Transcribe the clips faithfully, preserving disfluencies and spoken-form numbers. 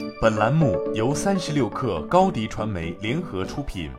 本栏目由三十六氪高迪传媒联合出品。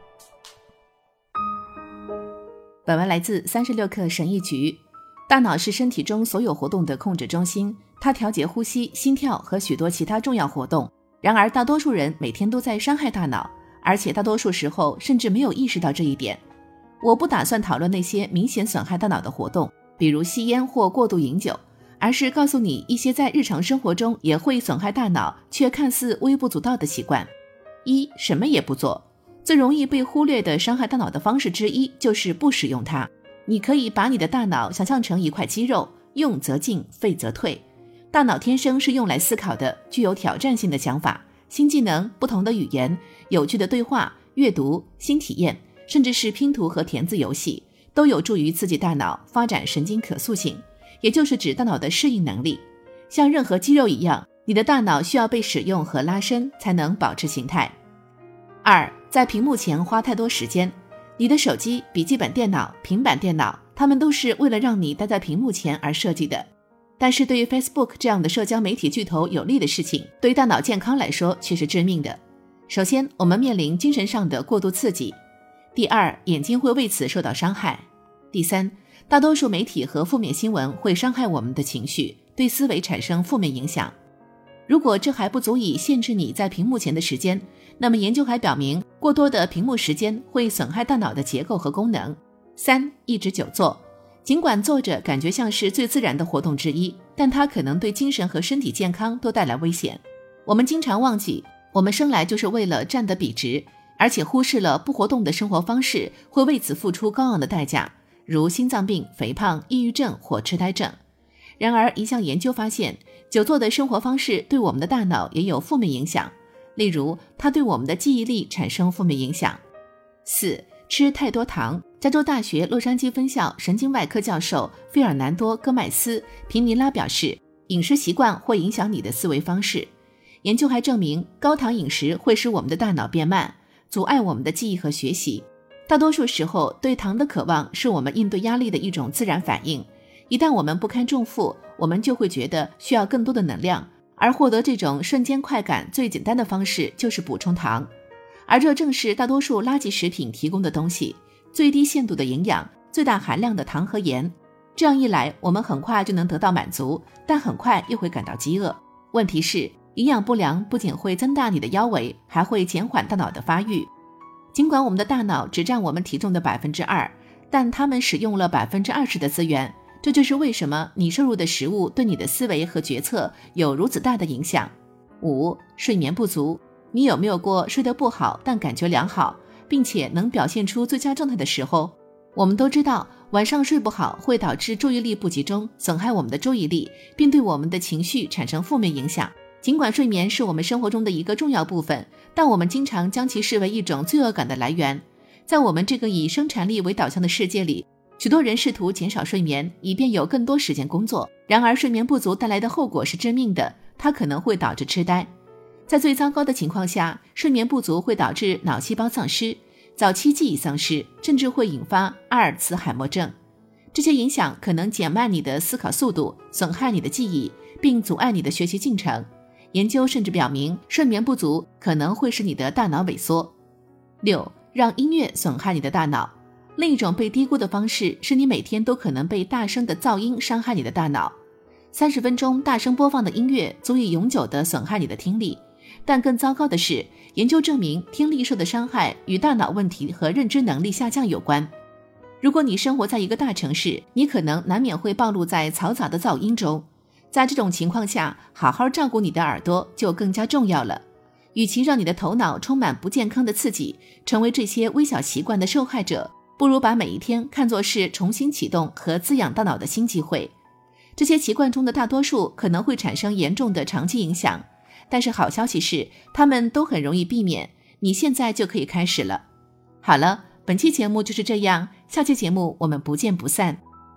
本文来自三十六氪神医局。大脑是身体中所有活动的控制中心，它调节呼吸、心跳和许多其他重要活动。然而大多数人每天都在伤害大脑，而且大多数时候甚至没有意识到这一点。我不打算讨论那些明显损害大脑的活动，比如吸烟或过度饮酒，而是告诉你一些在日常生活中也会损害大脑却看似微不足道的习惯。一、什么也不做。最容易被忽略的伤害大脑的方式之一就是不使用它。你可以把你的大脑想象成一块肌肉，用则进，废则退。大脑天生是用来思考的，具有挑战性的想法、新技能、不同的语言、有趣的对话、阅读、新体验，甚至是拼图和填字游戏，都有助于刺激大脑发展神经可塑性，也就是指大脑的适应能力。像任何肌肉一样，你的大脑需要被使用和拉伸才能保持形态。二、在屏幕前花太多时间。你的手机、笔记本电脑、平板电脑，它们都是为了让你待在屏幕前而设计的。但是对于 Facebook 这样的社交媒体巨头有利的事情，对于大脑健康来说却是致命的。首先，我们面临精神上的过度刺激。第二，眼睛会为此受到伤害。第三，大多数媒体和负面新闻会伤害我们的情绪，对思维产生负面影响。如果这还不足以限制你在屏幕前的时间，那么研究还表明，过多的屏幕时间会损害大脑的结构和功能。三、一直久坐。尽管坐着感觉像是最自然的活动之一，但它可能对精神和身体健康都带来危险。我们经常忘记，我们生来就是为了站得笔直，而且忽视了不活动的生活方式会为此付出高昂的代价，如心脏病、肥胖、抑郁症或痴呆症。然而，一项研究发现，久坐的生活方式对我们的大脑也有负面影响，例如它对我们的记忆力产生负面影响。四、吃太多糖。加州大学洛杉矶分校神经外科教授费尔南多·戈麦斯·皮尼拉表示，饮食习惯会影响你的思维方式。研究还证明，高糖饮食会使我们的大脑变慢，阻碍我们的记忆和学习。大多数时候，对糖的渴望是我们应对压力的一种自然反应。一旦我们不堪重负，我们就会觉得需要更多的能量，而获得这种瞬间快感最简单的方式就是补充糖。而这正是大多数垃圾食品提供的东西，最低限度的营养，最大含量的糖和盐。这样一来，我们很快就能得到满足，但很快又会感到饥饿。问题是，营养不良不仅会增大你的腰围，还会减缓大脑的发育。尽管我们的大脑只占我们体重的 百分之二， 但它们使用了 百分之二十 的资源。这就是为什么你摄入的食物对你的思维和决策有如此大的影响。五、睡眠不足。你有没有过睡得不好但感觉良好，并且能表现出最佳状态的时候？我们都知道，晚上睡不好会导致注意力不集中，损害我们的注意力，并对我们的情绪产生负面影响。尽管睡眠是我们生活中的一个重要部分，但我们经常将其视为一种罪恶感的来源。在我们这个以生产力为导向的世界里，许多人试图减少睡眠，以便有更多时间工作。然而睡眠不足带来的后果是致命的，它可能会导致痴呆。在最糟糕的情况下，睡眠不足会导致脑细胞丧失，早期记忆丧失，甚至会引发阿尔茨海默症。这些影响可能减慢你的思考速度，损害你的记忆，并阻碍你的学习进程。研究甚至表明，睡眠不足可能会使你的大脑萎缩。六、让音乐损害你的大脑。另一种被低估的方式是你每天都可能被大声的噪音伤害你的大脑。三十分钟大声播放的音乐足以永久地损害你的听力。但更糟糕的是，研究证明听力受的伤害与大脑问题和认知能力下降有关。如果你生活在一个大城市，你可能难免会暴露在嘈杂的噪音中。在这种情况下，好好照顾你的耳朵就更加重要了。与其让你的头脑充满不健康的刺激，成为这些微小习惯的受害者，不如把每一天看作是重新启动和滋养大脑的新机会。这些习惯中的大多数可能会产生严重的长期影响，但是好消息是，它们都很容易避免。你现在就可以开始了。好了，本期节目就是这样，下期节目我们不见不散。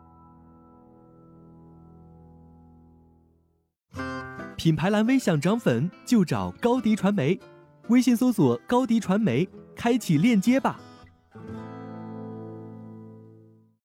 品牌蓝 V 想涨粉就找高迪传媒，微信搜索高迪传媒，开启链接吧。